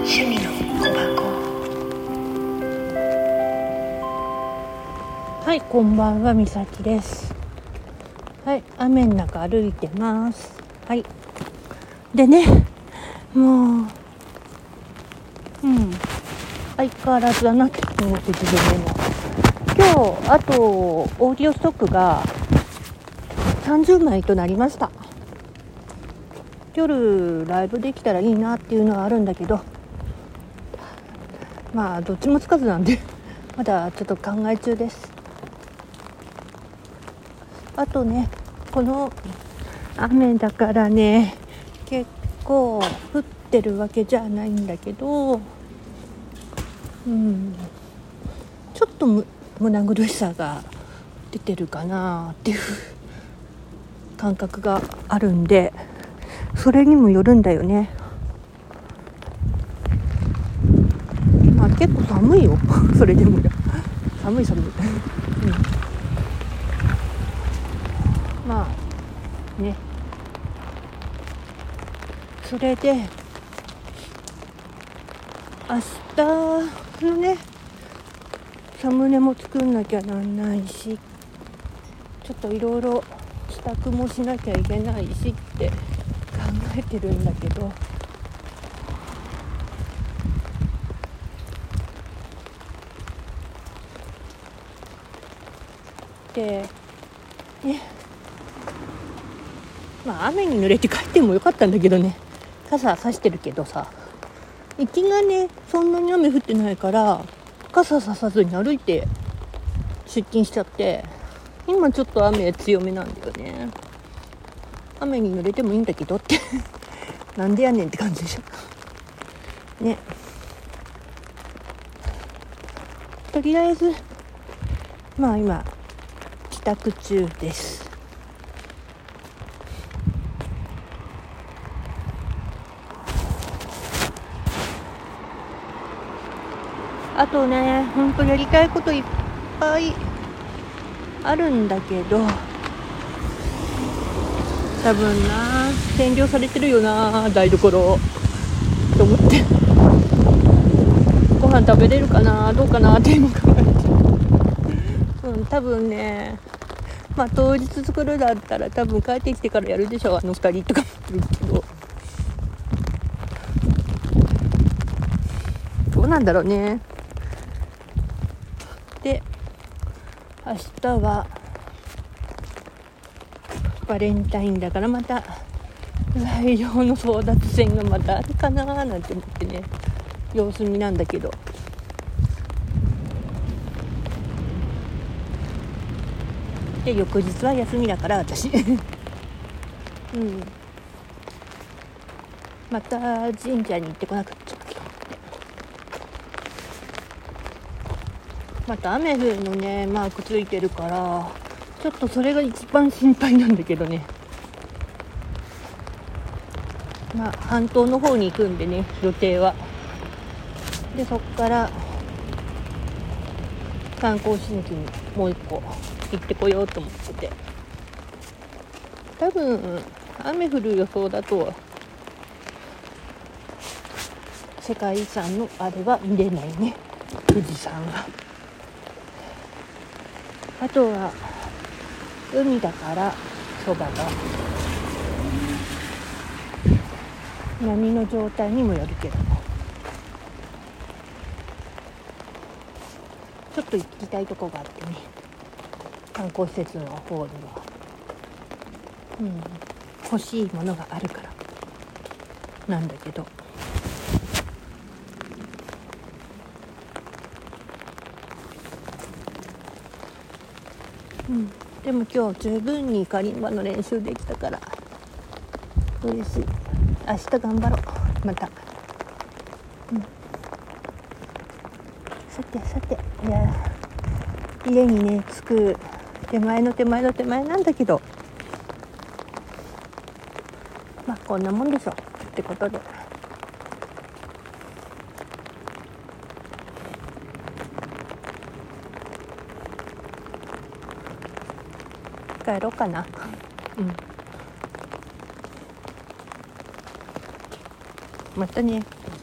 趣味の小箱。はい、こんばんは、みさきです。はい、雨の中歩いてます。はい。でね、もう相変わらずだなって思って自分でも。今日あとオーディオストックが30枚となりました。夜ライブできたらいいなっていうのはあるんだけど、まあどっちもつかずなんでまだちょっと考え中です。あとね、この雨だからね、結構降ってるわけじゃないんだけど、ちょっと胸苦しさが出てるかなっていう感覚があるんで、それにもよるんだよね。まあ結構寒いよそれでもよ寒いまあね、それで明日のねサムネも作んなきゃなんないし、ちょっといろいろ支度もしなきゃいけないしって考えてるんだけど、でね、まあ雨に濡れて帰ってもよかったんだけどね、傘差してるけどさ、行きがねそんなに雨降ってないから傘ささずに歩いて出勤しちゃって、今ちょっと雨強めなんだよね。雨に濡れてもいいんだけどってなんでやねんって感じでしょね。とりあえずまあ今帰宅中です。あとね、ほんとやりたいこといっぱいあるんだけど、多分な占領されてるよな台所と思って、ご飯食べれるかなどうかなって今考えて多分ね、まあ当日作るだったら多分帰ってきてからやるでしょ、あの2人とか言ってるけど、どうなんだろうね。で明日はバレンタインだから、また材料の争奪戦がまたあるかななんて思ってね、様子見なんだけど、で翌日は休みだから私また神社に行ってこなくっちゃうけど、また雨降るのねマークついてるから、ちょっとそれが一番心配なんだけどね。まあ半島の方に行くんでね、予定は。でそっから観光新規にもう一個行ってこようと思ってて、多分雨降る予想だと世界遺産のあれは見れないね、富士山は。あとは海だからそばが波の状態にもよるけども、ちょっと行きたいとこがあってね、観光施設の方では、欲しいものがあるからなんだけど、でも今日十分にカリンバの練習できたから嬉しい。明日頑張ろうまた。さていや家にね着く手前の手前なんだけど、まあこんなもんでしょってことで、帰ろうかな。またね。